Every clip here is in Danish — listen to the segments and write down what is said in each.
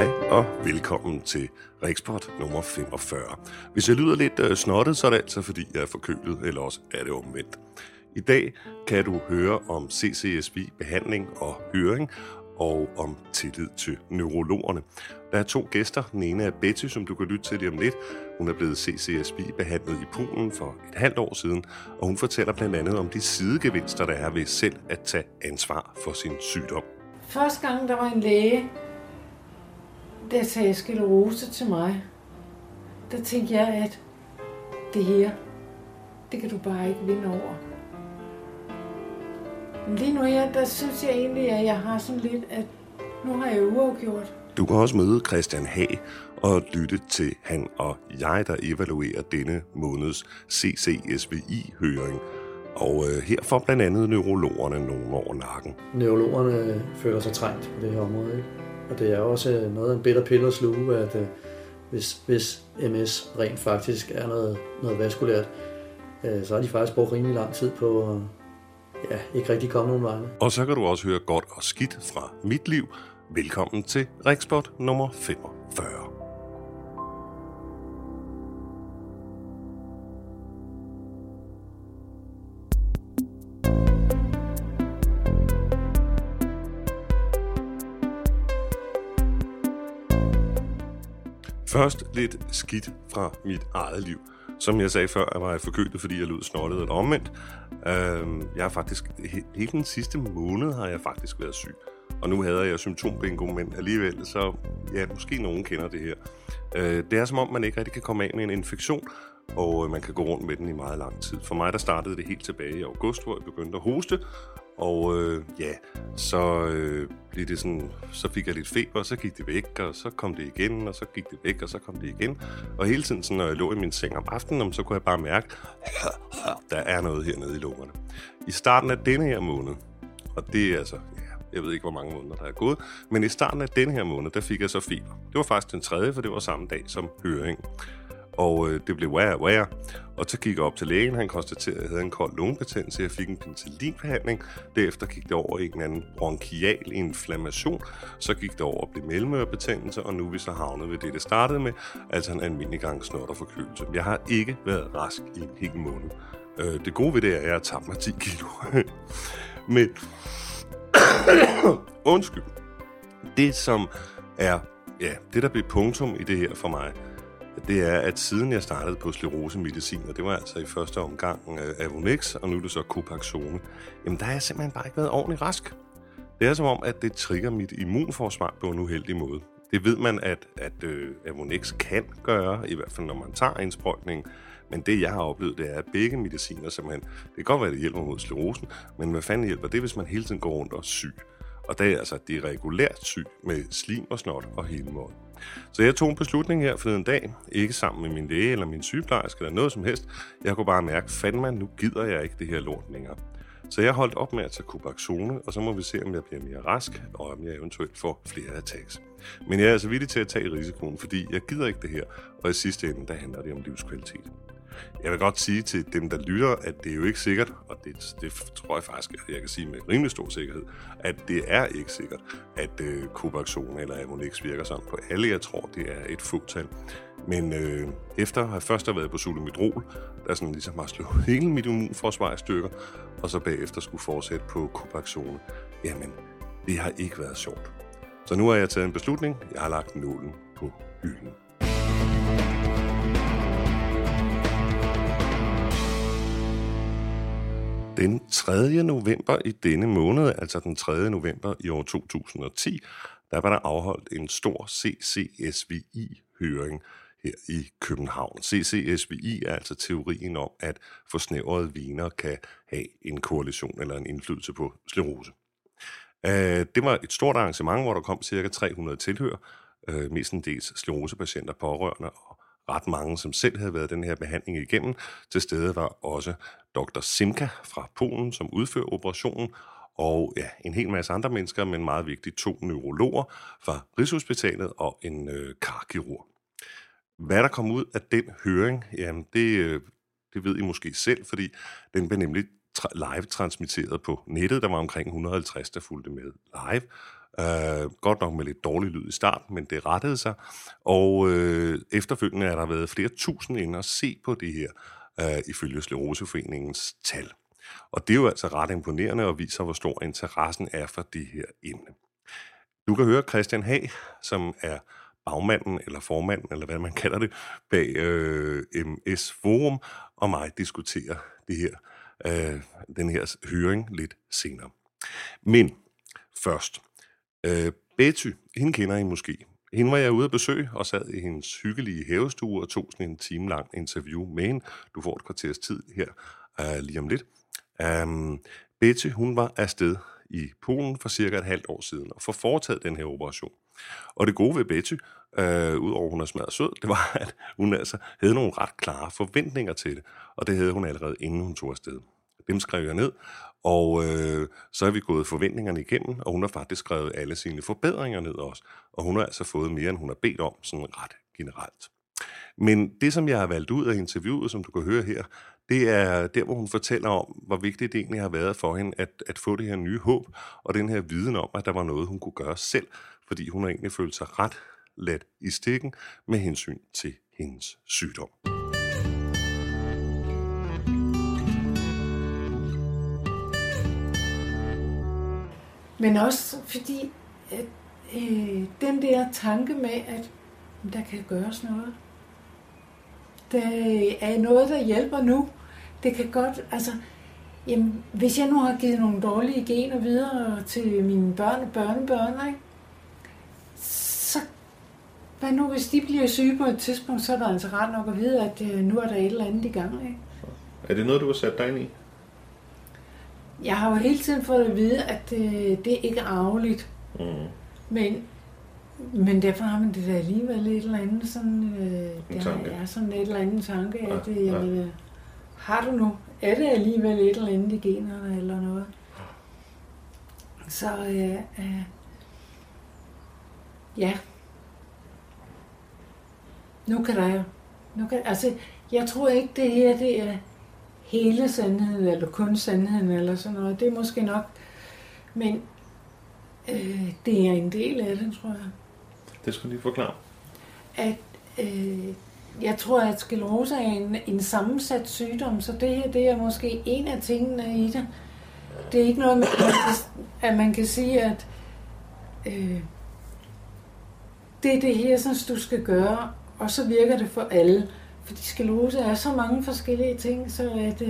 Hej og velkommen til Rexport nummer 45. Hvis jeg lyder lidt snottet, så er det altså fordi jeg er forkølet, eller også er det omvendt. I dag kan du høre om CCSV-behandling og høring, og om tillid til neurologerne. Der er 2 gæster. Den ene er Betty, som du kan lytte til lige om lidt. Hun er blevet CCSV-behandlet i Polen for et halvt år siden, og hun fortæller blandt andet om de sidegevinster, der er ved selv at tage ansvar for sin sygdom. Første gang, der var en læge, der sagde sklerose til mig, der tænkte jeg, at det her, det kan du bare ikke vinde over. Men lige nu her, der synes jeg egentlig, at jeg har sådan lidt, at nu har jeg uafgjort. Du kan også møde Christian Hag og lytte til han og jeg, der evaluerer denne måneds CCSVI-høring. Og her får blandt andet neurologerne nogen over nakken. Neurologerne føler sig trængt på det her område, ikke? Og det er også noget af en bitter pille at sluge, at hvis MS rent faktisk er noget vaskulært, så har de faktisk brugt rimelig lang tid på ikke rigtig komme nogen vegne. Og så kan du også høre godt og skidt fra mit liv. Velkommen til Rexport nummer 45. Først lidt skidt fra mit eget liv. Som jeg sagde før, jeg var forkølet, fordi jeg lød snottet eller omvendt. Jeg har faktisk, hele den sidste måned har jeg faktisk været syg. Og nu havde jeg symptombingo, men alligevel, så ja, måske nogen kender det her. Det er som om, man ikke rigtig kan komme af med en infektion, og man kan gå rundt med den i meget lang tid. For mig, der startede det helt tilbage i august, hvor jeg begyndte at hoste. Og blev det sådan, så fik jeg lidt feber, og så gik det væk, og så kom det igen, og så gik det væk, og så kom det igen. Og hele tiden, sådan, når jeg lå i min seng om aftenen, så kunne jeg bare mærke, der er noget hernede i lungerne. I starten af denne her måned, og det er altså, jeg ved ikke, hvor mange måneder der er gået, men i starten af denne her måned, der fik jeg så feber. Det var faktisk den 3., for det var samme dag som høring. Og det blev værre. Og så gik jeg op til lægen, han konstaterede, at jeg havde en kold lungebetændelse, jeg fik en penicillinbehandling, derefter gik det over i en anden bronkial inflammation, så gik det over og blev mellemørebetændelse, og nu er vi så havnet ved det startede med, altså en almindelig gang snot og forkølelse. Jeg har ikke været rask i en hel måned. Det gode ved det er, at jeg har tabt mig 10 kilo. Men undskyld. Det som er, det der blev punktum i det her for mig, det er, at siden jeg startede på sklerosemedicin, og det var altså i første omgang Avonex, og nu er det så Copaxone, jamen der har jeg simpelthen bare ikke været ordentligt rask. Det er som om, at det trigger mit immunforsvar på en uheldig måde. Det ved man, at Avonex kan gøre, i hvert fald når man tager indsprøjtning, men det jeg har oplevet, det er, at begge mediciner simpelthen, det kan godt være, at det hjælper mod sklerosen, men hvad fanden hjælper det, hvis man hele tiden går rundt og er syg? Og det er altså, det er regulært syg med slim og snot og hele måden. Så jeg tog en beslutning her forleden dag, ikke sammen med min læge eller min sygeplejerske eller noget som helst. Jeg kunne bare mærke, fandme, nu gider jeg ikke det her lort længere. Så jeg holdt op med at tage Copaxone, og så må vi se, om jeg bliver mere rask, og om jeg eventuelt får flere attacks. Men jeg er altså villig til at tage risikoen, fordi jeg gider ikke det her, og i sidste ende, der handler det om livskvalitet. Jeg vil godt sige til dem, der lytter, at det er jo ikke sikkert, og det tror jeg faktisk, at jeg kan sige med rimelig stor sikkerhed, at det er ikke sikkert, at Copaxone eller Avonex virker sådan på alle. Jeg tror, det er et fåtal. Men efter at have først været på Sulimidrol, der sådan ligesom har slået hele mit immunforsvar i stykker, og så bagefter skulle fortsætte på Copaxone, jamen, det har ikke været sjovt. Så nu har jeg taget en beslutning. Jeg har lagt nålen på hylden. Den 3. november i denne måned, altså den 3. november i år 2010, der var der afholdt en stor CCSVI-høring her i København. CCSVI er altså teorien om, at forsnævrede viner kan have en korrelation eller en indflydelse på sklerose. Det var et stort arrangement, hvor der kom ca. 300 tilhører, mestendels sklerosepatienter, pårørende og ret mange, som selv havde været den her behandling igennem. Til stede var også Dr. Simka fra Polen, som udfører operationen, og en hel masse andre mennesker, men meget vigtigt 2 neurologer fra Rigshospitalet og en karkirurg. Hvad der kom ud af den høring, jamen det ved I måske selv, fordi den blev nemlig live transmitteret på nettet. Der var omkring 150, der fulgte med live. Godt nok med lidt dårlig lyd i starten, men det rettede sig. Og efterfølgende er der været flere tusind inde og se på det her, ifølge Scleroseforeningens tal. Og det er jo altså ret imponerende og viser, hvor stor interessen er for det her emne. Du kan høre Christian Hag, som er bagmanden eller formanden, eller hvad man kalder det, bag MS Forum, og mig diskutere det her, den her høring lidt senere. Men først, Betty, hende kender I måske. Hende var jeg ude at besøge og sad i hendes hyggelige havestue og tog sådan en time lang interview med hende. Du får et kvarters tid her lige om lidt. Betty, hun var afsted i Polen for cirka et halvt år siden og får foretaget den her operation. Og det gode ved Betty, udover hun er smadret sød, det var, at hun altså havde nogle ret klare forventninger til det. Og det havde hun allerede, inden hun tog afsted. Dem skrev jeg ned, og så er vi gået forventningerne igennem, og hun har faktisk skrevet alle sine forbedringer ned også. Og hun har altså fået mere, end hun har bedt om, sådan ret generelt. Men det, som jeg har valgt ud af interviewet, som du kan høre her, det er der, hvor hun fortæller om, hvor vigtigt det egentlig har været for hende at få det her nye håb, og den her viden om, at der var noget, hun kunne gøre selv, fordi hun har egentlig følt sig ret ladt i stikken med hensyn til hendes sygdom. Men også fordi, at den der tanke med, at der kan gøres noget. Der er noget, der hjælper nu. Det kan godt, altså, jamen, hvis jeg nu har givet nogle dårlige gener videre til mine børn og børnebørn, ikke? Så hvad nu, hvis de bliver syge på et tidspunkt, så er der altså ret nok at vide, at nu er der et eller andet i gang, ikke? Er det noget, du har sat dig ind i? Jeg har jo hele tiden fået at vide, at det ikke er arveligt. Men derfor har man det da alligevel et eller andet sådan, sådan et eller andet tanke, at jamen, har du nu, er det alligevel et eller andet i generne eller noget. Så ja, altså jeg tror ikke det her, det er hele sandheden, eller kun sandheden, eller sådan noget. Det er måske nok, men det er en del af det, tror jeg. Det skal du lige forklare. At jeg tror, at sklerose er en sammensat sygdom, så det her, det er måske en af tingene i det. Det er ikke noget med, at man kan sige, at det er det her, som du skal gøre, og så virker det for alle. Fordi sklerose er så mange forskellige ting, så at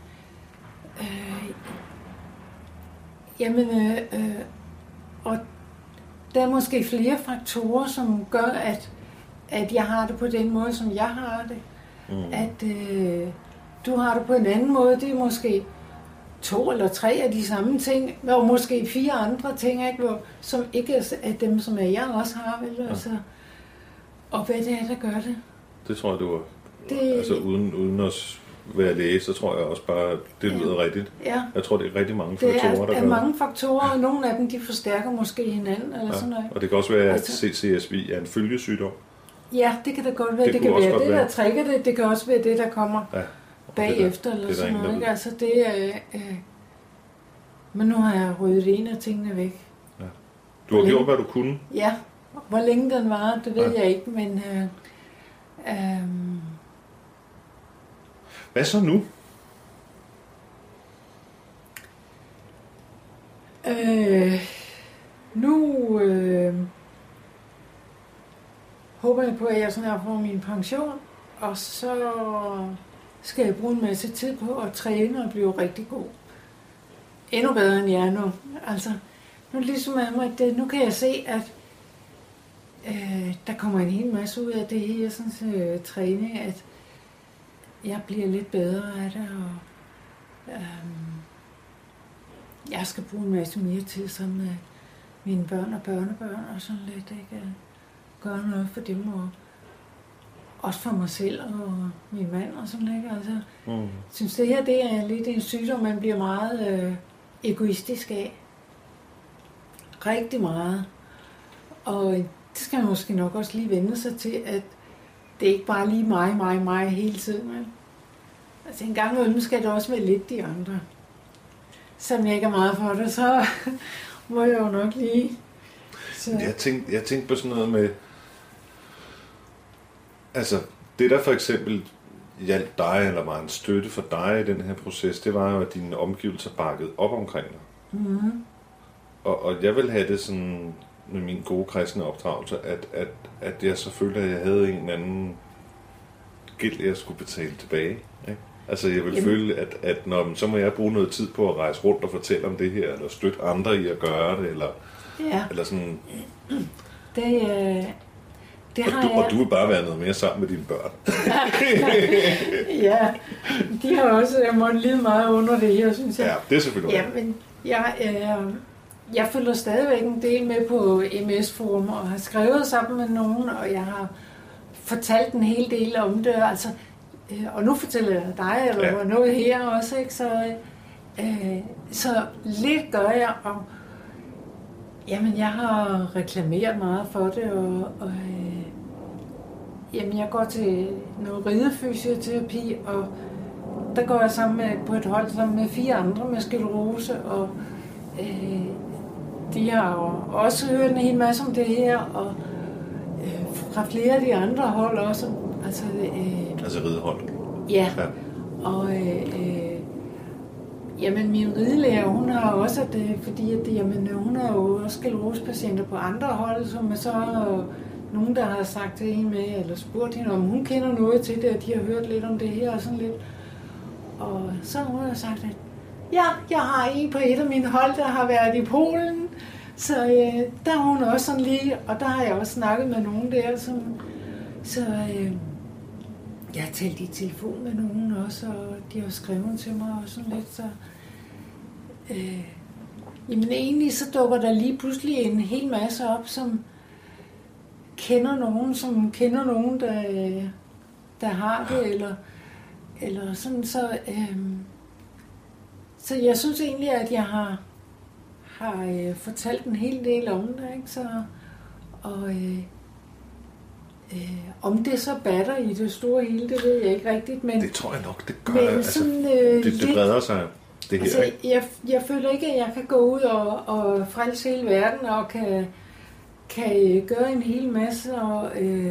og der er måske flere faktorer, som gør, at jeg har det på den måde, som jeg har det. At du har det på en anden måde, det er måske 2 eller 3 af de samme ting, og måske 4 andre ting, ikke? Som ikke er dem, som jeg også har. Vel? Ja. Altså, og hvad det er, der gør det? Det tror jeg, du altså uden at være læge, så tror jeg også bare, det lyder rigtigt. Ja. Jeg tror, det er rigtig mange faktorer, der gør det. Det er mange faktorer, og nogle af dem, de forstærker måske hinanden, eller sådan noget. Og det kan også være, at CCSV er en følgesygdom. Ja, det kan da godt være. Det kan være det, der trækker det. Det kan også være det, der kommer bagefter, eller sådan noget. Ikke? Altså, det er... Men nu har jeg ryddet en af tingene væk. Ja. Du har gjort, hvad du kunne? Ja. Hvor længe den var, det ved jeg ikke, men... Hvad så nu? Nu håber jeg på, at jeg snart får min pension, og så skal jeg bruge en masse tid på at træne og blive rigtig god. Endnu bedre end jeg er nu. Altså, nu ligesom nu kan jeg se, at der kommer en hel masse ud af det her sådan, træning, at jeg bliver lidt bedre af det, og jeg skal bruge en masse mere tid sammen med mine børn og børnebørn, og sådan lidt, ikke? Gøre noget for dem, og også for mig selv og min mand, og sådan lidt, altså. Jeg synes, det her, det er lidt en sygdom, man bliver meget egoistisk af. Rigtig meget. Og det skal man måske nok også lige vende sig til, at det er ikke bare lige mig hele tiden. Men altså en gang imellem skal det også være lidt de andre. Som jeg ikke er meget for det, så må jeg jo nok lige Jeg tænkte på sådan noget med, altså det der for eksempel hjalp dig, eller var en støtte for dig i den her proces, det var jo, at dine omgivelser bakkede op omkring dig. Mm-hmm. Og jeg vil have det sådan med min gode kristne opdragelse, at jeg selvfølgelig, at jeg havde en eller anden gæld, jeg skulle betale tilbage. Ikke? Altså jeg vil føle, at når, så må jeg bruge noget tid på at rejse rundt og fortælle om det her, eller støtte andre i at gøre det, eller sådan. Det har og du vil bare være noget mere sammen med dine børn. Ja, de har også måttet lide meget under det her, synes jeg. Ja, det er selvfølgelig. Ja, men jeg følger stadigvæk en del med på MS-forum, og har skrevet sammen med nogen, og jeg har fortalt en hel del om det, altså, og nu fortæller jeg dig, eller noget her også, ikke? Så lidt gør jeg, og jamen, jeg har reklameret meget for det, og jamen, jeg går til noget ridefysioterapi, og der går jeg på et hold sammen med 4 andre med sklerose, og de har jo også hørt en hel masse om det her, og fra flere af de andre hold også. Altså ridehold? Ja. Og jamen, min ridelærer, hun har også det, fordi jamen, hun har jo også sklerosepatienter på andre hold, som er så nogen, der har sagt til hende med, eller spurgt hende, om hun kender noget til det, og de har hørt lidt om det her og sådan lidt. Og så har hun sagt, at ja, jeg har en på et af mine hold, der har været i Polen, så der er hun også sådan lige, og der har jeg også snakket med nogen der, jeg har talt i telefon med nogen også, og de har skrevet til mig og sådan lidt, så jamen egentlig så dukker der lige pludselig en hel masse op, som kender nogen, der har det, eller sådan, så jeg synes egentlig, at jeg har fortalt en hel del om det, ikke? Så, og om det så batter i det store hele, det ved jeg ikke rigtigt, men det tror jeg nok, det gør. Men altså, sådan, det breder sig, det her. Altså, jeg føler ikke, at jeg kan gå ud og frelse hele verden, og kan gøre en hel masse, og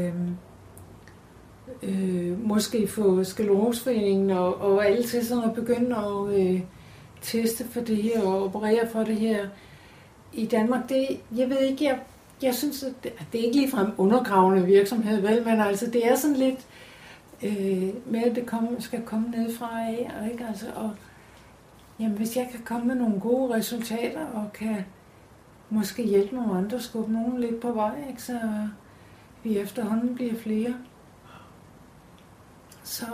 måske få Skleroseforeningen og alle til sådan at begynde at teste for det her, og operere for det her i Danmark. Jeg ved ikke, jeg synes, at det er ikke ligefrem undergravende virksomhed, vel, men altså det er sådan lidt med, at det skal komme nedefra af, og ikke altså, og jamen, hvis jeg kan komme med nogle gode resultater, og kan måske hjælpe nogle andre, skubbe nogen lidt på vej, ikke, så vi efterhånden bliver flere. Så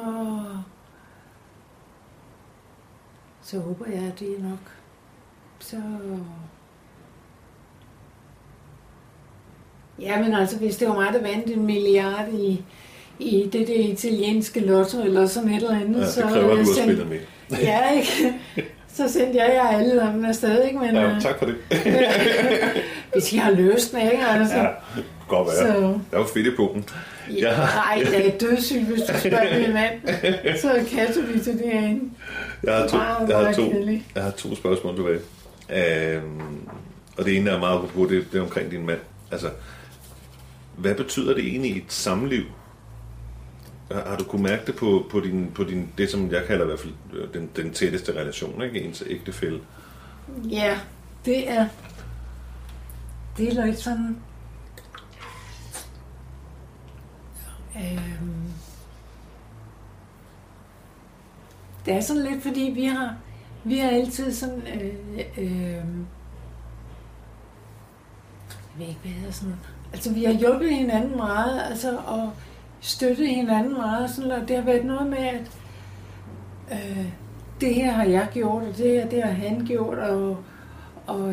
håber jeg, at det er nok. Så ja, men altså, hvis det var mig, der vandt 1 milliard i det italienske lotto, eller sådan et eller andet, ja, så det kræver, at du har spillet med. Ja, ikke? Så sendte jeg jer alle sammen afsted, ikke? Men, ja, tak for det. Hvis I har løst det, ikke? Altså, ja, det kan godt være. Så, der var fedt i punkten. Ja, nej, det er dødssygt, hvis du spørger min mand. Så kaster vi til det herinde. Jeg har to spørgsmål tilbage. Og det ene er meget apropos, det er omkring din mand. Altså, hvad betyder det egentlig i et samliv? Har du kunnet mærke det på din det, som jeg kalder i hvert fald den tætteste relation, ikke? Ens ægtefælle? Ja, det er lidt sådan. Det er sådan lidt, fordi vi har altid sådan jeg ved ikke, hvad hedder sådan. Altså, vi har hjulpet hinanden meget, altså, og støttet hinanden meget, sådan, og det har været noget med, at det her har jeg gjort, og det har han gjort, og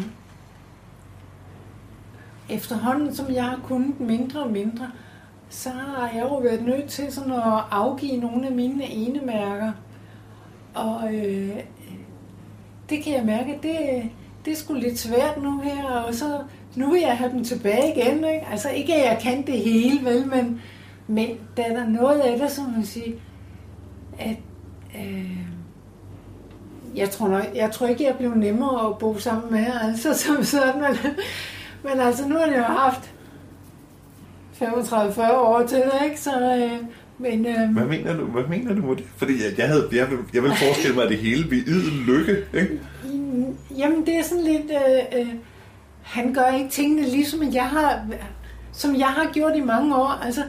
efterhånden, som jeg har kunnet mindre og mindre, så har jeg jo været nødt til sådan at afgive nogle af mine enemærker, og det kan jeg mærke, det er sgu lidt svært nu her, og så nu vil jeg have dem tilbage igen, ikke? Altså ikke, at jeg kan det hele, vel, men der er noget af det, som man siger, at jeg tror ikke, jeg blev nemmere at bo sammen med, altså som sådan, Men altså, nu har jeg jo haft 35-40 år til det, ikke? Så, men, Hvad mener du med det? Fordi jeg vil forestille mig, at det hele vil idel lykke, ikke? Jamen, det er sådan lidt... han gør ikke tingene ligesom jeg har gjort i mange år. Altså,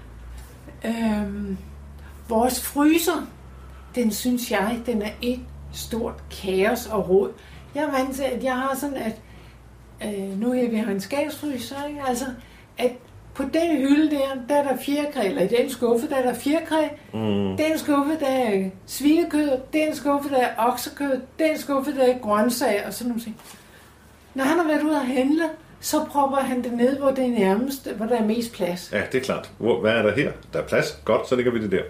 vores fryser, den synes jeg, den er et stort kaos og rod. Jeg er vant til, at jeg har sådan, at nu her vi har en skabsfryser, ikke? Altså, at på den hylde der er der fjerkræ, eller i den skuffe, der er der fjerkræ. Den skuffe, der er svinekød, den skuffe, der er oksekød, den skuffe, der er grøntsager og sådan nogle ting. Når han har været ude at handle, så propper han det ned, hvor det er nærmest, hvor der er mest plads. Ja, det er klart. Hvad er der her? Der er plads. Godt, så lægger vi det der.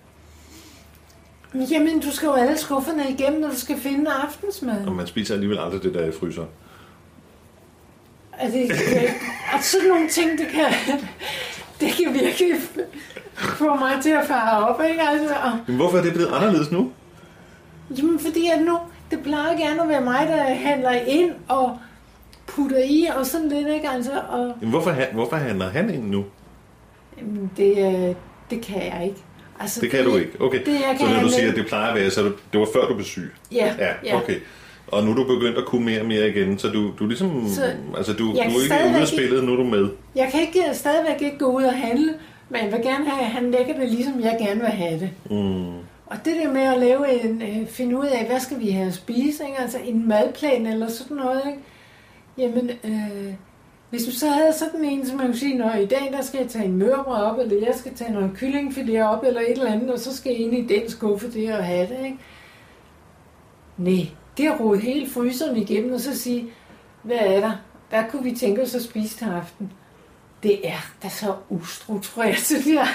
Jamen, du skal jo alle skufferne igennem, når du skal finde aftensmad. Og man spiser alligevel aldrig det der i fryser. Altså, og sådan nogle ting, det kan virkelig få mig til at fare op, ikke? Altså, men hvorfor er det blevet anderledes nu? Jamen, fordi at nu, det plejer gerne at være mig, der handler ind og putter i og sådan lidt, ikke? Altså, og men hvorfor handler han ind nu? Jamen, det kan jeg ikke. Altså, det kan du ikke? Okay. Så når du siger, at det plejer at være, så det var før du blev syg? Ja. Okay. Og nu er du begyndt at kunne mere og mere igen, så du ligesom... altså, du er ikke ude af spillet, nu er du med. Jeg kan stadigvæk ikke gå ud og handle, men jeg vil gerne have, at han lægger det, ligesom jeg gerne vil have det. Og det der med at lave finde ud af, hvad skal vi have at spise, ikke? Altså en madplan eller sådan noget, ikke? Jamen, hvis du så havde sådan en, som man kunne sige, i dag der skal jeg tage en mørbrød op, eller jeg skal tage noget kyllingfilet op, eller et eller andet, og så skal jeg ind i den skuffe der og have det, ikke? Nej, det er rodet hele fryseren igennem, og så sige, hvad er der? Hvad kunne vi tænke os at spise til aften? Det er da så ustruktureret, synes jeg.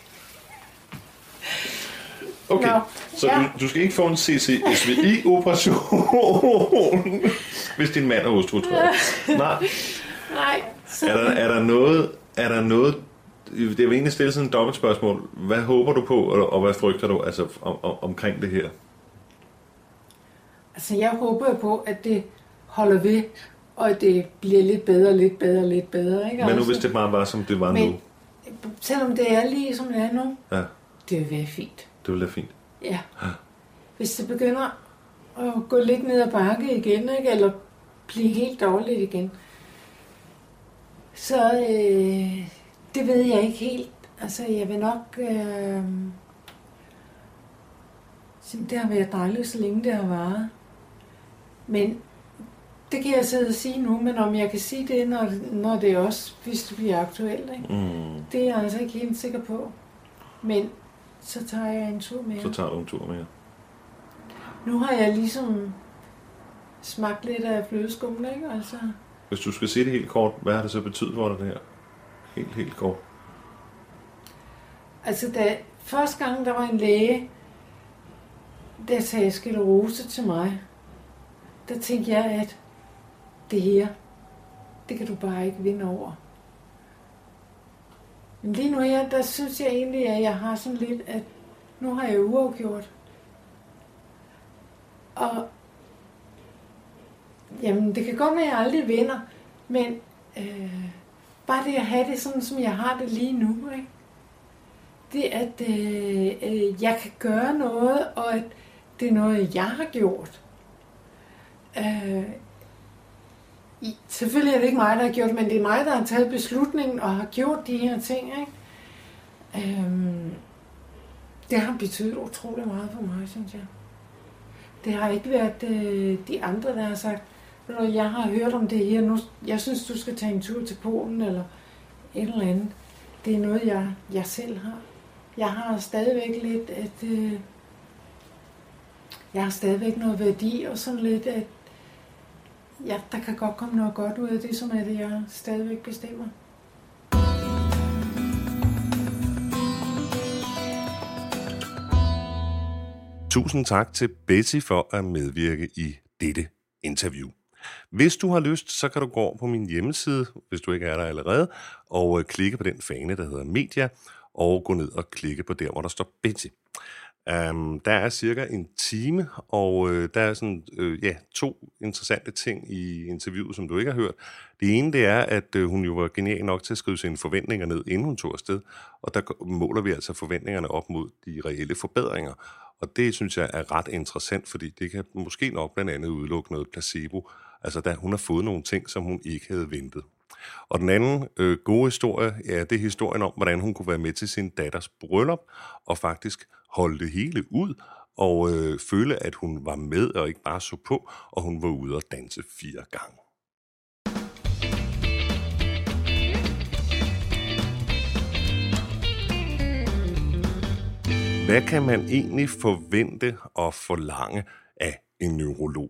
Okay, så ja. Du skal ikke få en CCSVI-operation, hvis din mand er ustruktureret. Nej. Er der noget, det er jo egentlig stille sådan et dobbelt spørgsmål. Hvad håber du på, og hvad frygter du altså, omkring det her? Altså, jeg håber på, at det holder ved, og at det bliver lidt bedre, ikke? Men nu hvis det bare var, som det var nu? Selvom det er lige, som det er nu, ja. Det vil være fint. Det vil være fint? Ja. Hvis det begynder at gå lidt ned ad bakke igen, ikke? Eller blive helt dårligt igen, så det ved jeg ikke helt. Altså, jeg vil nok... det har været dejligt, så længe det har varet. Men det kan jeg sidde og sige nu, men om jeg kan sige det, når det også, hvis det bliver aktuelt, ikke? Det er jeg altså ikke helt sikker på. Men så tager jeg en tur mere. Så tager du en tur mere. Nu har jeg ligesom smagt lidt af flødeskummen, ikke? Altså. Hvis du skal sige det helt kort, hvad har det så betydet for dig, det her? Helt kort. Altså, første gang, der var en læge, der sagde sklerose til mig, der tænkte jeg, at det her, det kan du bare ikke vinde over. Men lige nu her, der synes jeg egentlig, at jeg har sådan lidt, at nu har jeg uafgjort. Og jamen, det kan godt være, at jeg aldrig vinder, men bare det at have det sådan, som jeg har det lige nu, ikke? Det at jeg kan gøre noget, og at det er noget, jeg har gjort. Selvfølgelig er det ikke mig, der har gjort, men det er mig, der har taget beslutningen og har gjort de her ting, ikke? Det har betydet utrolig meget for mig, synes jeg. Det har ikke været de andre, der har sagt, jeg har hørt om det her nu, jeg synes, du skal tage en tur til Polen, eller et eller andet. Det er noget, jeg selv har. Jeg har stadigvæk lidt, at jeg har stadigvæk noget værdi, og sådan lidt, at der kan godt komme noget godt ud af det, som er det, jeg stadigvæk bestemmer. Tusind tak til Betty for at medvirke i dette interview. Hvis du har lyst, så kan du gå over på min hjemmeside, hvis du ikke er der allerede, og klikke på den fane, der hedder Media, og gå ned og klikke på der, hvor der står Betty. Der er cirka en time, og der er sådan, 2 interessante ting i interviewet, som du ikke har hørt. Det ene, det er, at hun jo var genial nok til at skrive sine forventninger ned, inden hun tog afsted, og der måler vi altså forventningerne op mod de reelle forbedringer. Og det synes jeg er ret interessant, fordi det kan måske nok blandt andet udelukke noget placebo. Altså, da hun har fået nogle ting, som hun ikke havde ventet. Og den anden gode historie, ja, det er historien om, hvordan hun kunne være med til sin datters bryllup, og faktisk holde det hele ud, og føle, at hun var med, og ikke bare så på, og hun var ude og danse 4 gange. Hvad kan man egentlig forvente og forlange af en neurolog?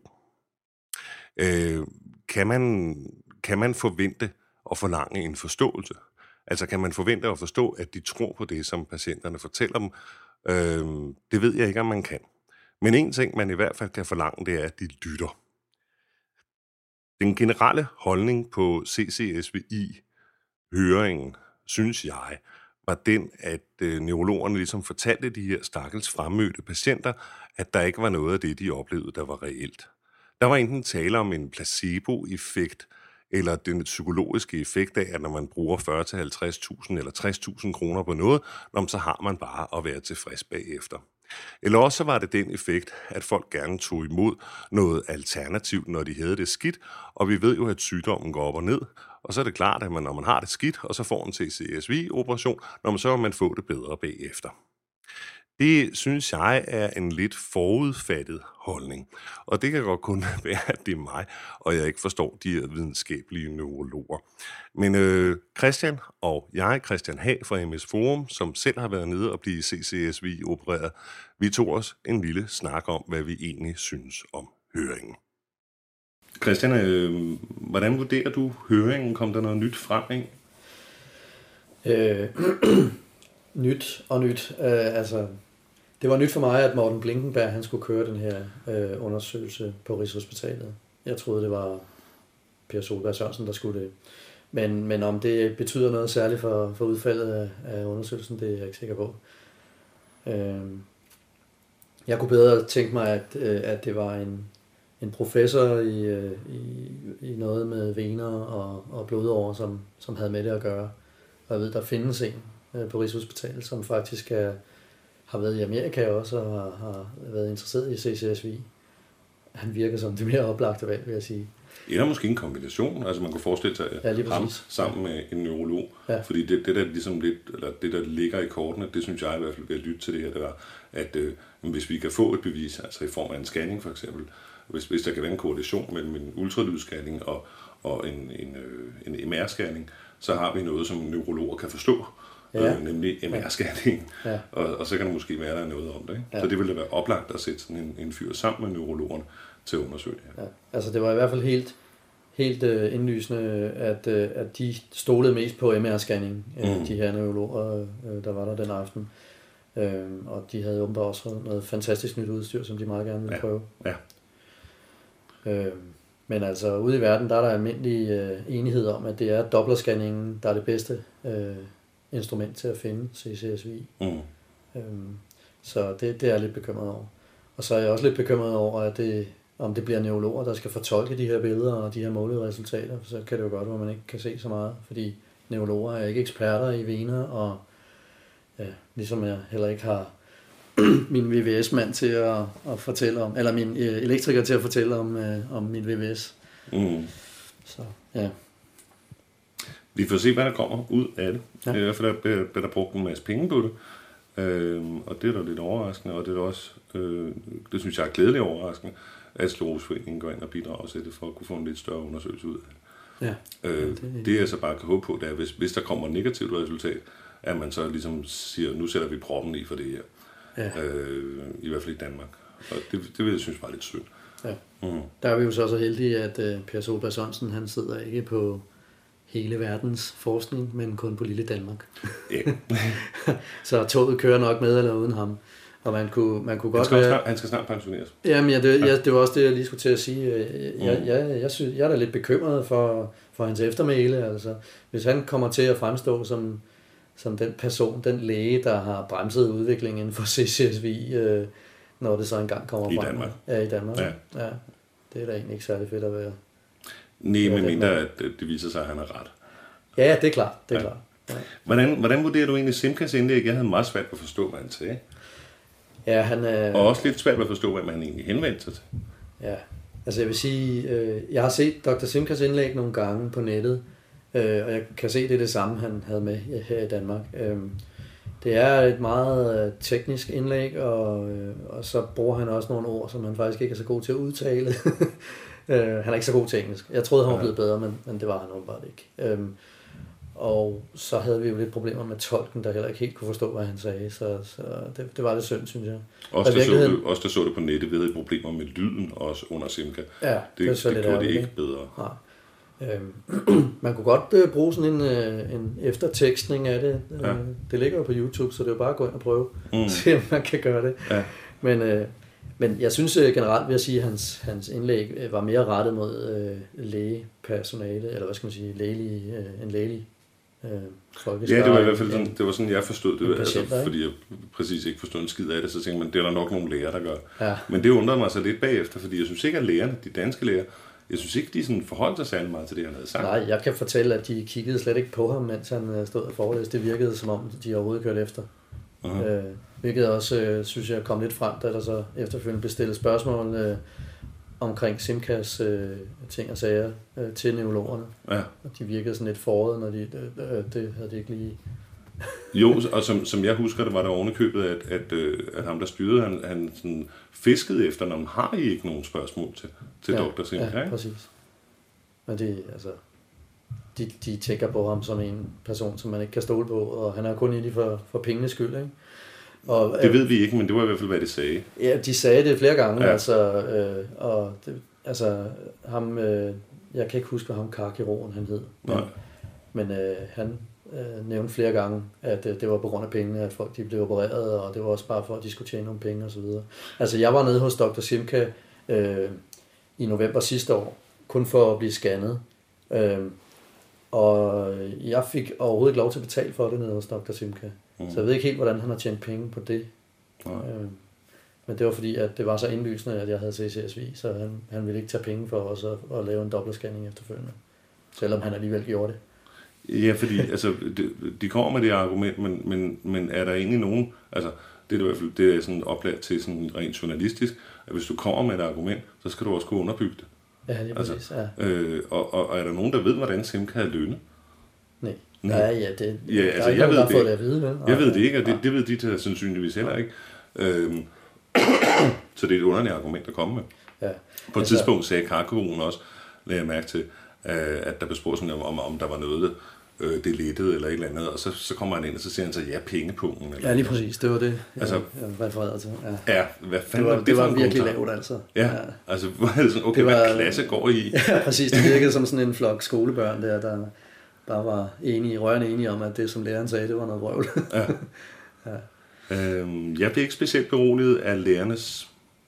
Kan man forvente og forlange en forståelse? Altså kan man forvente at forstå, at de tror på det, som patienterne fortæller dem? Det ved jeg ikke, om man kan. Men en ting, man i hvert fald kan forlange, det er, at de lytter. Den generelle holdning på CCSVI-høringen, synes jeg, var den, at neurologerne ligesom fortalte de her stakkels fremmødte patienter, at der ikke var noget af det, de oplevede, der var reelt. Der var enten tale om en placebo-effekt, eller den psykologiske effekt af, at når man bruger 40.000 til 50.000 eller 60.000 kroner på noget, så har man bare at være tilfreds bagefter. Eller også var det den effekt, at folk gerne tog imod noget alternativt, når de havde det skidt, og vi ved jo, at sygdommen går op og ned, og så er det klart, at når man har det skidt, og så får en CCSVI-operation, så vil man få det bedre bagefter. Det synes jeg er en lidt forudfattet holdning, og det kan godt kun være, at det er mig, og jeg ikke forstår de her videnskabelige neurologer. Men Christian og jeg, Christian Hag fra MS Forum, som selv har været nede og blive CCSVI-opereret, vi tog os en lille snak om, hvad vi egentlig synes om høringen. Christian, hvordan vurderer du høringen? Kom der noget nyt frem, ikke? Nyt. Altså, det var nyt for mig, at Morten Blinkenberg han skulle køre den her undersøgelse på Rigshospitalet. Jeg troede, det var Per Solberg Sørensen, der skulle det. Men om det betyder noget særligt for udfaldet af undersøgelsen, det er jeg ikke sikker på. Jeg kunne bedre tænke mig, at det var en professor i noget med vener og blodårer, som havde med det at gøre. Og jeg ved, der findes en på Rigshospitalet, som faktisk har været i Amerika også, og har været interesseret i CCSVI. Han virker som det mere oplagte valg, vil jeg sige. Eller måske en kombination, altså man kunne forestille sig ham sammen med en neurolog, fordi det der ligesom lidt, eller det der ligger i kortene, det synes jeg i hvert fald ved at lytte til det her, det var, at hvis vi kan få et bevis, altså i form af en scanning for eksempel, hvis der kan være en korrelation mellem en ultralydsscanning og en MR-scanning, så har vi noget, som neurologer kan forstå, nemlig MR-scanning, og så kan der måske være der noget om det. Ikke? Ja. Så det ville være oplagt at sætte sådan en fyr sammen med neurologerne til at undersøge det her. Ja. Altså det var i hvert fald helt indlysende, at de stolede mest på MR-scanning, de her neurologer, der var der den aften. Og de havde åbenbart også noget fantastisk nyt udstyr, som de meget gerne ville prøve. Ja. Men altså ude i verden, der er der almindelig enighed om, at det er dopplerscanningen, der er det bedste instrument til at finde CCSVI. Så det er jeg lidt bekymret over. Og så er jeg også lidt bekymret over, om det bliver neurologer, der skal fortolke de her billeder og de her målede resultater. Så kan det jo godt være, at man ikke kan se så meget, fordi neurologer er ikke eksperter i vener, og ligesom jeg heller ikke har min VVS-mand til at fortælle om, eller min elektriker til at fortælle om min VVS. Så, ja. Vi får se, hvad der kommer ud af det. Ja. I hvert fald bliver der brugt en masse penge på det. Og det er da lidt overraskende, og det er også, det synes jeg er glædeligt overraskende, at Scleroseforeningen går ind og bidrager til det, for at kunne få en lidt større undersøgelse ud af det. Ja. Det jeg så bare kan håbe på, det er, hvis der kommer et negativt resultat, at man så ligesom siger, nu sætter vi proppen i for det her. Ja. I hvert fald i Danmark. Og det vil jeg synes var lidt synd. Ja. Der er vi jo så heldige, at Per Solberg Sørensen, han sidder ikke på hele verdens forskning, men kun på lille Danmark. Yeah. Så toget kører nok med eller uden ham. Og man kunne godt han skal snart pensioneres. Jamen, det var også det, jeg lige skulle til at sige. Jeg er da lidt bekymret for hans eftermæle. Altså, hvis han kommer til at fremstå som som den person, den læge, der har bremset udviklingen inden for CCSVI, når det så engang kommer frem. I Danmark. Ja, i Danmark. Ja. Ja. Det er da egentlig ikke særlig fedt at være. Nej, men mindre, at det viser sig, at han har ret. Ja, det er klart. Det er klart. Ja. Hvordan vurderer du egentlig Simkas indlæg? Jeg havde meget svært ved at forstå, hvad han sagde. Ja, han Og også lidt svært ved at forstå, hvad man egentlig henvendte sig til. Ja, altså jeg vil sige, jeg har set Dr. Simkas indlæg nogle gange på nettet, og jeg kan se, det er det samme, han havde med her i Danmark. Det er et meget teknisk indlæg, og så bruger han også nogle ord, som han faktisk ikke er så god til at udtale. Han er ikke så god til engelsk. Jeg troede, han var blevet bedre, men det var han åbenbart ikke. Og så havde vi jo lidt problemer med tolken, der heller ikke helt kunne forstå, hvad han sagde. Så det var lidt synd, synes jeg. Også der så det på nettet, vi havde problemer med lyden også under Simka. Ja, det gjorde det ikke bedre. Ja. Man kunne godt bruge sådan en eftertekstning af det. Ja. Det ligger jo på YouTube, så det er jo bare at gå ind og prøve. Se om man kan gøre det. Ja. Men jeg synes generelt, vil jeg sige, at hans indlæg var mere rettet mod lægepersonale, eller hvad skal man sige, en lægelig folkeskare. Ja, det var i hvert fald sådan, det var sådan, jeg forstod det, altså, fordi jeg præcis ikke forstod en skid af det, så tænkte man, det er der nok nogle læger, der gør. Ja. Men det undrede mig så lidt bagefter, fordi jeg synes ikke, at lægerne, de danske læger, jeg synes ikke, de sådan forholdt sig særlig meget til det, han havde sagt. Nej, jeg kan fortælle, at de kiggede slet ikke på ham, mens han stod og forelæste. Det virkede, som om de overhovedet kørte efter. Hvilket også, synes jeg, kom lidt frem, da der så efterfølgende blev stillet spørgsmål omkring Simkas ting og sager til neurologerne. Ja. Og de virkede sådan lidt forret, når det havde de ikke lige... Jo, og som jeg husker det, var der ovenikøbet, at ham, der styrede, han sådan fiskede efter, når man har I ikke nogen spørgsmål til Dr. Simka. Ja, præcis. Men det, altså... De tænker på ham som en person, som man ikke kan stole på, og han er kun i det for pengenes skyld, ikke? Og, det ved vi ikke, men det var i hvert fald, hvad de sagde. Ja, de sagde det flere gange, ham, jeg kan ikke huske, hvad ham karkirurgen han hed, men han nævnte flere gange, at det var på grund af pengene, at folk de blev opereret, og det var også bare for, at de skulle tjene nogle penge osv. Altså, jeg var nede hos Dr. Simka i november sidste år, kun for at blive scannet, og jeg fik overhovedet ikke lov til at betale for det nede hos Dr. Simka. Så jeg ved ikke helt, hvordan han har tjent penge på det. Men det var fordi, at det var så indlysende, at jeg havde CCSVI, så han ville ikke tage penge for os at lave en dobbeltscanning efterfølgende. Selvom han alligevel gjorde det. Ja, fordi altså, de kommer med det argument, men er der egentlig nogen... Altså, det er i hvert fald det er sådan oplært til sådan rent journalistisk, at hvis du kommer med et argument, så skal du også kunne underbygge det. Ja, det er præcis, ja. Og er der nogen, der ved, hvordan Simka er lønnet? Nej. Ja, det altså, jeg ved det at vide, vel? Jeg ved det ikke, og det ved de der sandsynligvis heller ikke. Så det er et underligt argument at komme med. Ja. På et tidspunkt sagde karkirurgen også, lagde jeg mærke til, at der blev spurgt sådan, om der var noget, det lettede eller et eller andet, og så kommer han ind, og så siger han så, ja, pengepunkten. Eller lige præcis, det var det, altså, jeg refererede til. Ja, hvad fanden var det for en virkelig kommentar? Lavt, altså. Ja, altså, okay, hvad klasse går I? Ja, præcis, det virkede som sådan en flok skolebørn der bare var rørende enige om, at det, som læreren sagde, det var noget vrøvl. Ja. Jeg blev ikke specielt beroliget af lærernes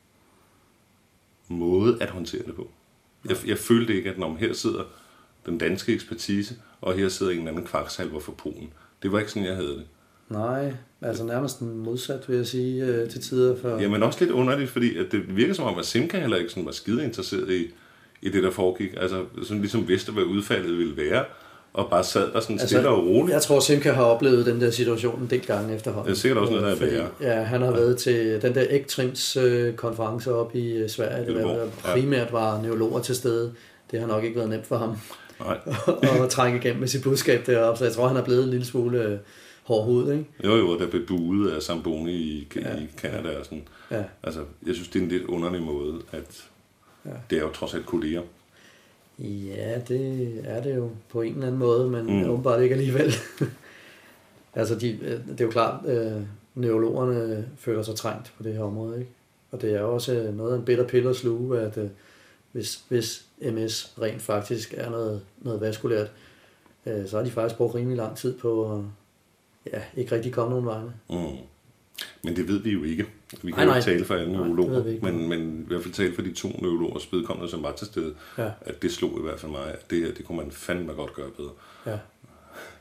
måde at håndtere det på. Jeg følte ikke, at når her sidder den danske ekspertise, og her sidder en eller anden kvaksalver fra Polen. Det var ikke sådan, jeg havde det. Nej, altså nærmest modsat, vil jeg sige, til tider. For... Ja, men også lidt underligt, fordi at det virker som om, at Simka heller ikke sådan var skide interesseret i det, der foregik. Altså, sådan ligesom vidste, hvad udfaldet ville være, og bare sad der sådan stille og roligt. Jeg tror, Simka har oplevet den der situation en del gange efterhånden. Det er sikkert også noget, der er værre. Ja, han har været til den der Ektrims konference op i Sverige, der primært var neurologer til stede. Det har nok ikke været nemt for ham at trænge igennem med sit budskab deroppe, så jeg tror, han er blevet en lille smule hård hud, ikke? Jo, der blev buet af Zamboni i Canada og sådan. Ja. Altså, jeg synes, det er en lidt underlig måde, at det er jo trods alt kolleger. Ja, det er det jo på en eller anden måde, men åbenbart ikke alligevel. Altså, det er jo klart, neurologerne føler sig trængt på det her område, ikke? Og det er også noget af en bitter pille at sluge, at hvis MS rent faktisk er noget vaskulært, så har de faktisk brugt rimelig lang tid på at ikke rigtig komme nogen vegne. Men det ved vi jo ikke. Vi kan jo ikke tale for alle neurologer, men i hvert fald tale for de 2 neurologers vedkommende, som var til stede, at det slog i hvert fald mig, at det kunne man fandme godt gøre bedre. Ja.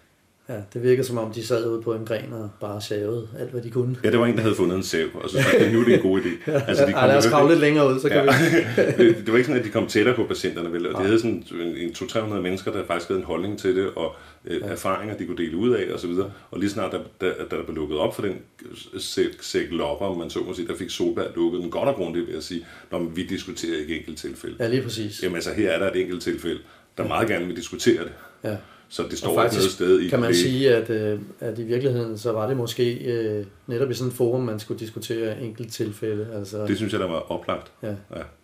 Ja, det virker som om, de sad ude på en gren og bare savede alt, hvad de kunne. Ja, det var en, der havde fundet en sav, og så syntes nu er det en god idé. Altså, Lad os kravle lidt længere ud, så kan vi... Det var ikke sådan, at de kom tættere på patienterne, vel? Og de havde sådan 200-300 mennesker, der faktisk havde en holdning til det, og erfaringer, de kunne dele ud af, og så videre. Og lige snart, da der blev lukket op for den sæk lopper, om man så må sige, der fik Solberg lukket den godt og grundigt ved at sige, når vi diskuterer ikke enkelt tilfælde. Ja, lige præcis. Jamen altså, her er der et enkelt tilfælde, der meget gerne vil diskutere det. Ja. Så det står faktisk, et sted i kan man sige, at i virkeligheden, så var det måske netop i sådan et forum, man skulle diskutere enkelt tilfælde. Altså... Det synes jeg, der var oplagt. Ja.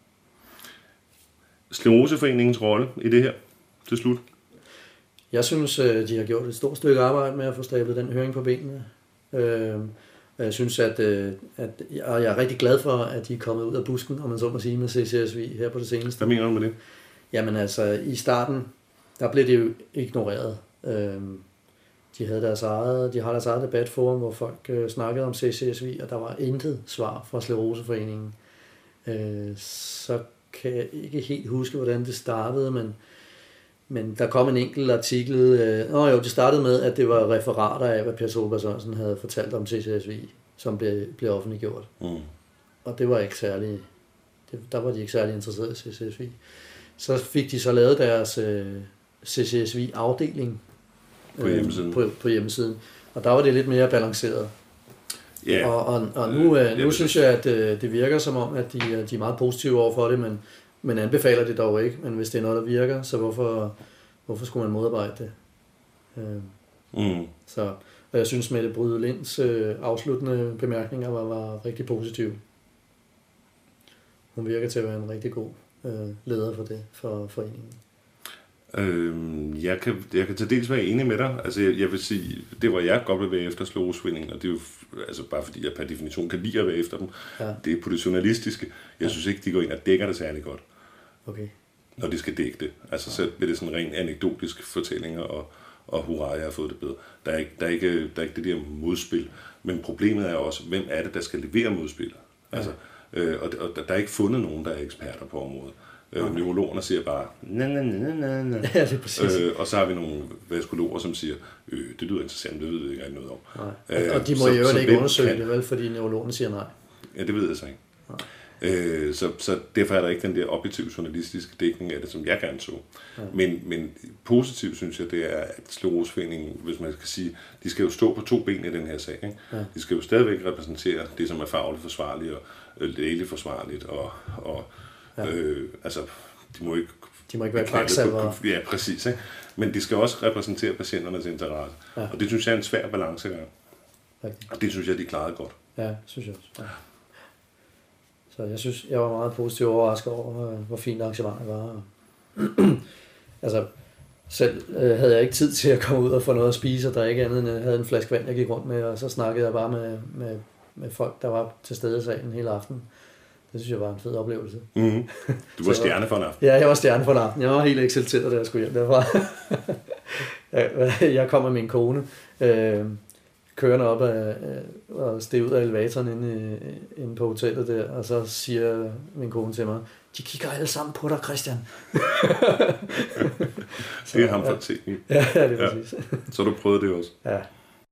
Skleroseforeningens rolle i det her, til slut? Jeg synes, de har gjort et stort stykke arbejde med at få stablet den høring på benene. Jeg synes, at jeg er rigtig glad for, at de er kommet ud af busken, om man så må sige, med CCSV her på det seneste. Hvad mener du med det? Jamen altså, i starten, der blev det jo ignoreret. De har deres eget debatforum, hvor folk snakkede om CCSV, og der var intet svar fra Skleroseforeningen. Så kan jeg ikke helt huske, hvordan det startede, men der kom en enkelt artikel. Det startede med, at det var referater af, hvad Per Solberg Sørensen havde fortalt om CCSV, som blev offentliggjort. Og det var ikke særlig... Der var de ikke særlig interesserede i CCSV. Så fik de så lavet deres CCSV-afdeling på hjemmesiden. Og der var det lidt mere balanceret. Yeah. Og nu synes jeg, at det virker som om, at de er meget positive over for det, men anbefaler det dog ikke. Men hvis det er noget, der virker, så hvorfor skulle man modarbejde det? Så, og jeg synes, Mette Bryde Linds afsluttende bemærkninger var rigtig positive. Hun virker til at være en rigtig god leder for foreningen. Jeg kan til dels være enig med dig. Altså, jeg vil sige, det var jeg godt vil være efter Skleroseforeningen, og det er jo altså bare fordi, jeg per definition kan lide at være efter dem. Ja. Det er på det journalistiske. Jeg synes ikke, de går ind og dækker det særlig godt. Okay. Når de skal dække det. Altså, så bliver det sådan rent anekdotiske fortællinger, og hurra, jeg har fået det bedre. Der er ikke det der modspil. Men problemet er også, hvem er det, der skal levere modspil? Altså, og der er ikke fundet nogen, der er eksperter på området. Neurologerne siger bare ja, det er præcis. Og så har vi nogle vaskologer, som siger det lyder interessant, det ved vi ikke noget om. Og de må jo ikke undersøge det, vel, fordi neurologerne siger nej. Ja, det ved jeg så ikke. Så derfor er der ikke den der objektive journalistiske dækning af det, som jeg gerne så. Ja. Men positivt synes jeg, det er, at Skleroseforeningen, hvis man skal sige, de skal jo stå på to ben i den her sag. Ikke? Ja. De skal jo stadigvæk repræsentere det, som er fagligt forsvarligt og lægeligt forsvarligt og altså, de må ikke være kvaksalvere. Ja, præcis. Ikke? Men de skal også repræsentere patienternes interesse. Ja. Og det synes jeg er en svær balancegang. Og det synes jeg, de klarede godt. Ja, synes jeg også. Ja. Så jeg var meget positivt overrasket over, hvor fint arrangementet var. Altså, selv havde jeg ikke tid til at komme ud og få noget at spise, og der ikke andet end jeg havde en flaske vand, jeg gik rundt med, og så snakkede jeg bare med folk, der var til stede i salen hele aftenen. Det synes jeg var en fed oplevelse. Mm-hmm. Du var stjerne for en aften. Ja, jeg var stjerne for en aften. Jeg var helt eksalteret, da jeg skulle hjem derfra. Jeg kom med min kone, kørende op og steg ud af elevatoren inde på hotellet der, og så siger min kone til mig, de kigger alle sammen på dig, Christian. Det er ham for teknik. Ja, det er præcis. Så du prøvede det også? Ja.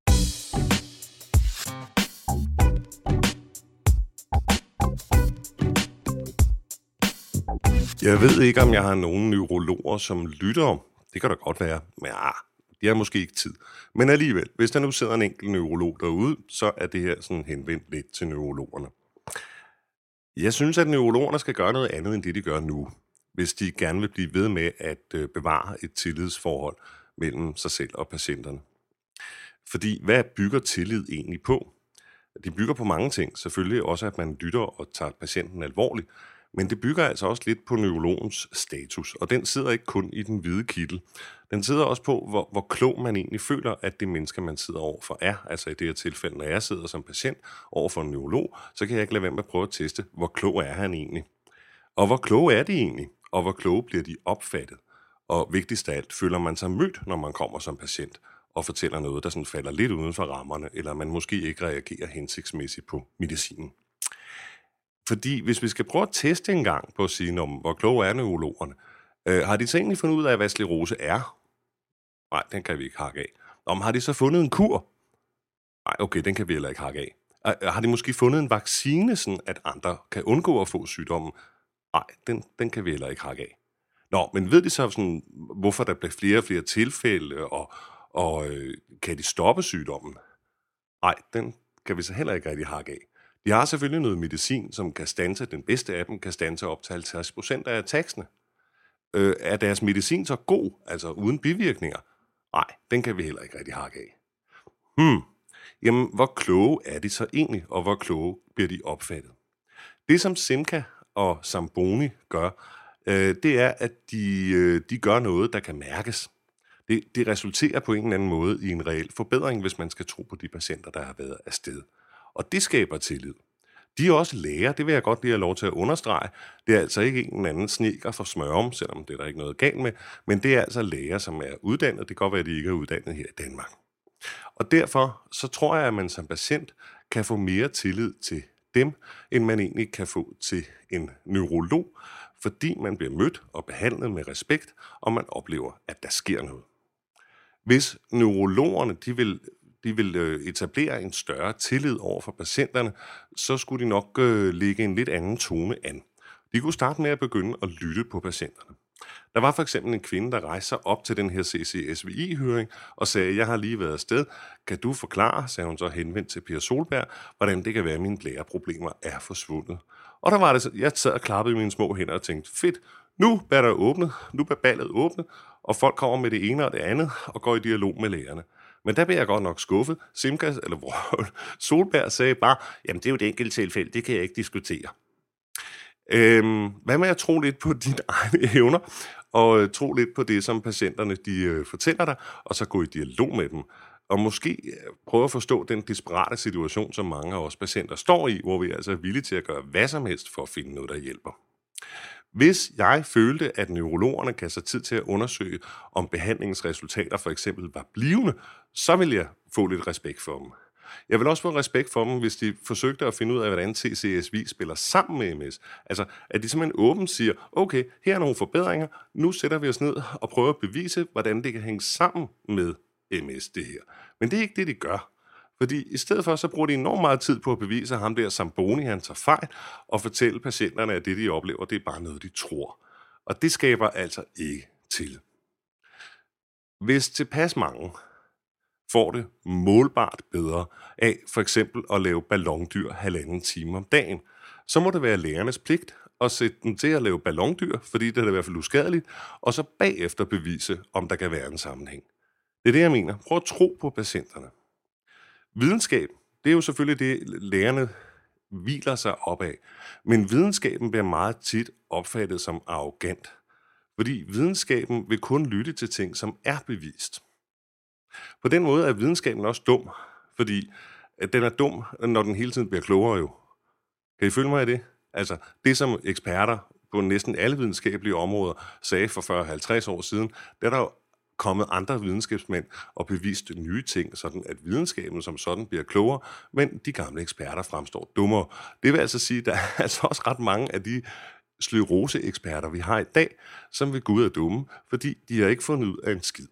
Jeg ved ikke, om jeg har nogen neurologer, som lytter. Det kan da godt være, men de har måske ikke tid. Men alligevel, hvis der nu sidder en enkelt neurolog derude, så er det her sådan henvendt lidt til neurologerne. Jeg synes, at neurologerne skal gøre noget andet, end det de gør nu, hvis de gerne vil blive ved med at bevare et tillidsforhold mellem sig selv og patienterne. Fordi hvad bygger tillid egentlig på? De bygger på mange ting. Selvfølgelig også, at man lytter og tager patienten alvorligt. Men det bygger altså også lidt på neurologens status, og den sidder ikke kun i den hvide kittel. Den sidder også på, hvor klog man egentlig føler, at det menneske, man sidder overfor er. Altså i det her tilfælde, når jeg sidder som patient overfor en neurolog, så kan jeg ikke lade være med at prøve at teste, hvor klog er han egentlig. Og hvor kloge er de egentlig? Og hvor kloge bliver de opfattet? Og vigtigst af alt, føler man sig mødt, når man kommer som patient og fortæller noget, der sådan falder lidt uden for rammerne, eller man måske ikke reagerer hensigtsmæssigt på medicinen. Fordi hvis vi skal prøve at teste en gang på at sige, hvor kloge er neurologerne, har de så egentlig fundet ud af, hvad sklerose er? Nej, den kan vi ikke hakke af. Har de så fundet en kur? Nej, okay, den kan vi heller ikke hakke af. Har de måske fundet en vaccine, sådan at andre kan undgå at få sygdommen? Nej, den kan vi heller ikke hakke af. Nå, men ved de så, sådan, hvorfor der bliver flere og flere tilfælde, og kan de stoppe sygdommen? Nej, den kan vi så heller ikke rigtig hakke af. De har selvfølgelig noget medicin, som kan standse, den bedste af dem kan standse op til 50% af attacksene. Er deres medicin så god, altså uden bivirkninger? Nej, den kan vi heller ikke rigtig hakke af. Jamen, hvor kloge er de så egentlig, og hvor kloge bliver de opfattet? Det, som Simca og Zamboni gør, det er, at de gør noget, der kan mærkes. Det resulterer på en eller anden måde i en reel forbedring, hvis man skal tro på de patienter, der har været afsted. Og det skaber tillid. De er også læger, det vil jeg godt lige have lov til at understrege. Det er altså ikke en anden sneker fra Smørum, selvom det er der ikke noget galt med, men det er altså læger, som er uddannet. Det kan godt være, at de ikke er uddannet her i Danmark. Og derfor så tror jeg, at man som patient kan få mere tillid til dem, end man egentlig kan få til en neurolog, fordi man bliver mødt og behandlet med respekt, og man oplever, at der sker noget. Hvis neurologerne de vil etablere en større tillid over for patienterne, så skulle de nok lægge en lidt anden tone an. De kunne starte med at begynde at lytte på patienterne. Der var for eksempel en kvinde, der rejste sig op til den her CCSVI-høring og sagde, jeg har lige været afsted. Kan du forklare, sagde hun så henvendt til Per Solberg, hvordan det kan være, at mine blæreproblemer er forsvundet. Og der var det så, jeg sad og klappede i mine små hænder og tænkte, fedt, nu er der åbnet, nu er ballet åbnet, og folk kommer med det ene og det andet og går i dialog med lægerne. Men der blev jeg godt nok skuffet. Solberg sagde bare, jamen det er jo et enkelt tilfælde, det kan jeg ikke diskutere. Hvad med at tro lidt på dine egne evner, og tro lidt på det, som patienterne de fortæller dig, og så gå i dialog med dem, og måske prøve at forstå den desperate situation, som mange af os patienter står i, hvor vi altså er villige til at gøre hvad som helst for at finde noget, der hjælper. Hvis jeg følte, at neurologerne kan sig tid til at undersøge, om behandlingens resultater for eksempel var blivende, så vil jeg få lidt respekt for dem. Jeg vil også få respekt for dem, hvis de forsøgte at finde ud af, hvordan TCSVI spiller sammen med MS. Altså, at de simpelthen åbent siger, okay, her er nogle forbedringer, nu sætter vi os ned og prøver at bevise, hvordan det kan hænge sammen med MS, det her. Men det er ikke det, de gør. Fordi i stedet for, så bruger de enormt meget tid på at bevise, at ham der Zamboni, han tager fejl, og fortælle patienterne, at det, de oplever, det er bare noget, de tror. Og det skaber altså ikke til. Hvis tilpas mange får det målbart bedre af for eksempel at lave ballondyr 1,5 time om dagen, så må det være lægernes pligt at sætte dem til at lave ballondyr, fordi det er i hvert fald uskadeligt, og så bagefter bevise, om der kan være en sammenhæng. Det er det, jeg mener. Prøv at tro på patienterne. Videnskab, det er jo selvfølgelig det, lægerne hviler sig op af, men videnskaben bliver meget tit opfattet som arrogant, fordi videnskaben vil kun lytte til ting, som er bevist. På den måde er videnskaben også dum, fordi den er dum, når den hele tiden bliver klogere jo. Kan I følge mig i det? Altså, det som eksperter på næsten alle videnskabelige områder sagde for 40-50 år siden, det er der jo kommet andre videnskabsmænd og bevist nye ting, sådan at videnskaben som sådan bliver klogere, men de gamle eksperter fremstår dummere. Det vil altså sige, at der er altså også ret mange af de sklerose-eksperter, vi har i dag, som vil gå ud af dumme, fordi de har ikke fundet ud af en skid.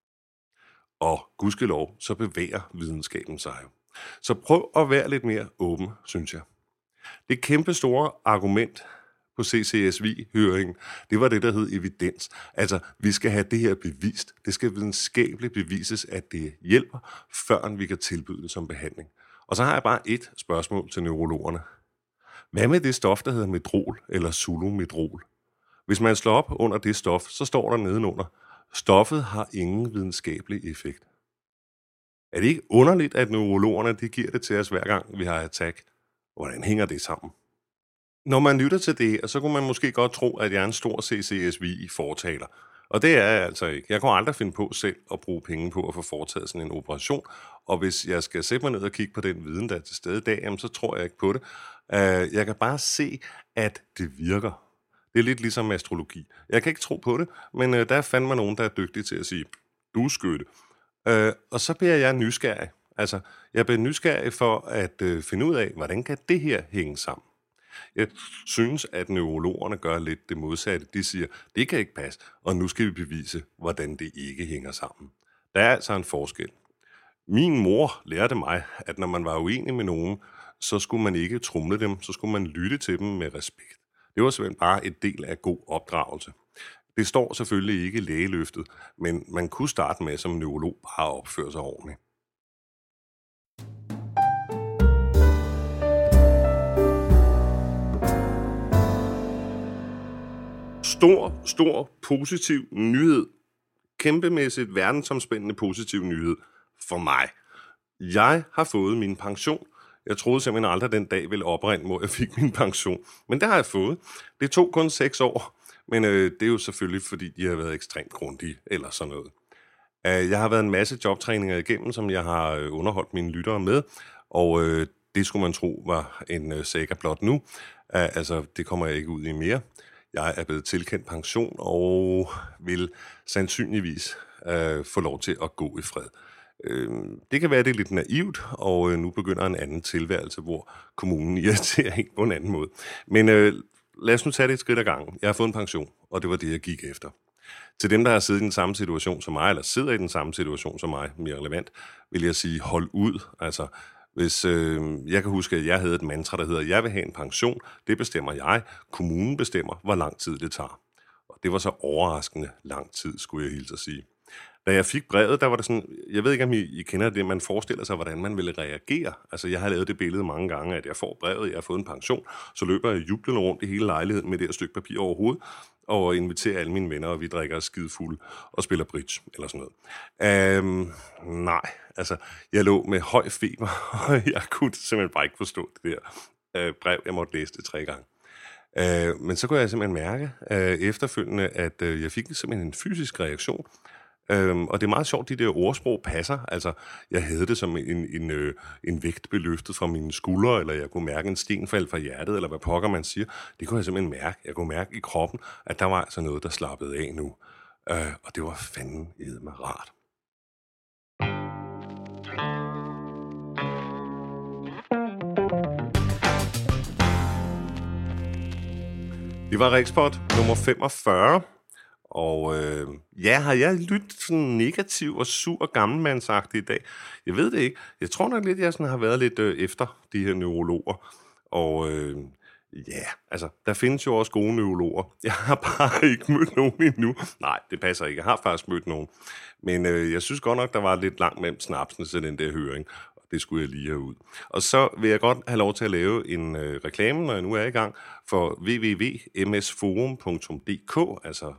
Og gudskelov, så bevæger videnskaben sig jo. Så prøv at være lidt mere åben, synes jeg. Det kæmpe store argument på CCSVI-høringen, det var det, der hed evidens. Altså, vi skal have det her bevist. Det skal videnskabeligt bevises, at det hjælper, før vi kan tilbyde det som behandling. Og så har jeg bare et spørgsmål til neurologerne. Hvad med det stof, der hedder Medrol eller Zulumedrol? Hvis man slår op under det stof, så står der nedenunder, stoffet har ingen videnskabelig effekt. Er det ikke underligt, at neurologerne de giver det til os hver gang, vi har attack? Hvordan hænger det sammen? Når man lytter til det, så kunne man måske godt tro, at jeg er en stor CCSVI-fortaler. Og det er jeg altså ikke. Jeg kan aldrig finde på selv at bruge penge på at få foretaget sådan en operation. Og hvis jeg skal sætte mig ned og kigge på den viden, der er til stede i dag, så tror jeg ikke på det. Jeg kan bare se, at det virker. Det er lidt ligesom astrologi. Jeg kan ikke tro på det, men der er fandme nogen, der er dygtige til at sige, du er skytte. Og så bliver jeg nysgerrig. Altså, jeg bliver nysgerrig for at finde ud af, hvordan kan det her hænge sammen. Jeg synes, at neurologerne gør lidt det modsatte. De siger, det kan ikke passe, og nu skal vi bevise, hvordan det ikke hænger sammen. Der er altså en forskel. Min mor lærte mig, at når man var uenig med nogen, så skulle man ikke tromle dem, så skulle man lytte til dem med respekt. Det var simpelthen bare et del af god opdragelse. Det står selvfølgelig ikke i lægeløftet, men man kunne starte med som neurolog bare at opføre sig ordentligt. Stor positiv nyhed. Kæmpemæssigt verdensomspændende positiv nyhed for mig. Jeg har fået min pension. Jeg troede simpelthen aldrig, den dag ville oprinde, hvor jeg fik min pension. Men det har jeg fået. Det tog kun 6 år. Men det er jo selvfølgelig, fordi de har været ekstremt grundige eller sådan noget. Jeg har været en masse jobtræninger igennem, som jeg har underholdt mine lyttere med. Og det skulle man tro var en saga blot nu. Altså, det kommer jeg ikke ud i mere. Jeg er blevet tilkendt pension og vil sandsynligvis få lov til at gå i fred. Det kan være, det er lidt naivt, og nu begynder en anden tilværelse, hvor kommunen irriterer en på en anden måde. Men lad os nu tage det et skridt ad gangen. Jeg har fået en pension, og det var det, jeg gik efter. Til dem, der har siddet i den samme situation som mig, eller sidder i den samme situation som mig, mere relevant, vil jeg sige, hold ud. Altså, hvis jeg kan huske, at jeg havde et mantra, der hedder, jeg vil have en pension, det bestemmer jeg. Kommunen bestemmer, hvor lang tid det tager. Og det var så overraskende lang tid, skulle jeg hilse at sige. Da jeg fik brevet, der var det sådan, jeg ved ikke, om I kender det, man forestiller sig, hvordan man ville reagere. Altså, jeg har lavet det billede mange gange, at jeg får brevet, jeg har fået en pension, så løber jeg jublende rundt i hele lejligheden med det her stykke papir over hovedet, og inviterer alle mine venner, og vi drikker skidefuld og spiller bridge, eller sådan noget. Nej, altså, jeg lå med høj feber, og jeg kunne simpelthen bare ikke forstå det der brev, jeg måtte læse det 3 gange. Men så kunne jeg simpelthen mærke efterfølgende, at jeg fik simpelthen en fysisk reaktion. Og det er meget sjovt, de der ordsprog passer. Altså, jeg havde det som en vægt beløftet fra mine skuldre, eller jeg kunne mærke en sten falde fra hjertet, eller hvad pokker man siger. Det kunne jeg simpelthen mærke. Jeg kunne mærke i kroppen, at der var altså noget, der slappede af nu. Og det var fandme edme rart. Det var Rikspot nummer 45. Og har jeg lyttet sådan negativ og sur og gammelmandsagtig i dag? Jeg ved det ikke. Jeg tror nok lidt, jeg sådan har været lidt efter de her neurologer. Og altså, der findes jo også gode neurologer. Jeg har bare ikke mødt nogen endnu. Nej, det passer ikke. Jeg har faktisk mødt nogen. Men jeg synes godt nok, der var lidt langt mellem snapsene til den der høring. Det skulle jeg lige have ud. Og så vil jeg godt have lov til at lave en reklame, når jeg nu er i gang, for www.msforum.dk, altså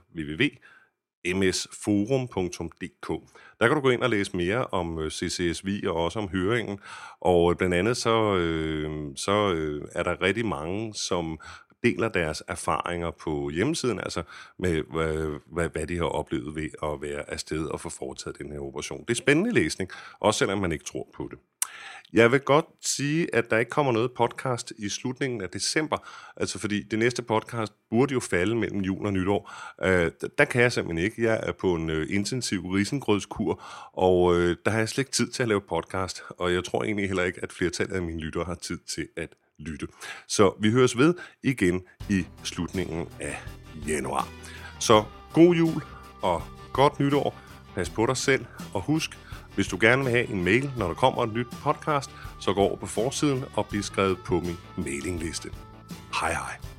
www.msforum.dk. Der kan du gå ind og læse mere om CCSV og også om høringen. Og blandt andet så er der rigtig mange, som deler deres erfaringer på hjemmesiden, altså med hvad de har oplevet ved at være afsted og få foretaget den her operation. Det er spændende læsning, også selvom man ikke tror på det. Jeg vil godt sige, at der ikke kommer noget podcast i slutningen af december, altså fordi det næste podcast burde jo falde mellem jul og nytår. Der kan jeg simpelthen ikke. Jeg er på en intensiv risengrødskur, og der har jeg slet ikke tid til at lave podcast, og jeg tror egentlig heller ikke, at flertallet af mine lyttere har tid til at lytte. Så vi høres ved igen i slutningen af januar. Så god jul og godt nytår. Pas på dig selv, og husk, hvis du gerne vil have en mail, når der kommer et nyt podcast, så gå over på forsiden og bliv skrevet på min mailingliste. Hej hej.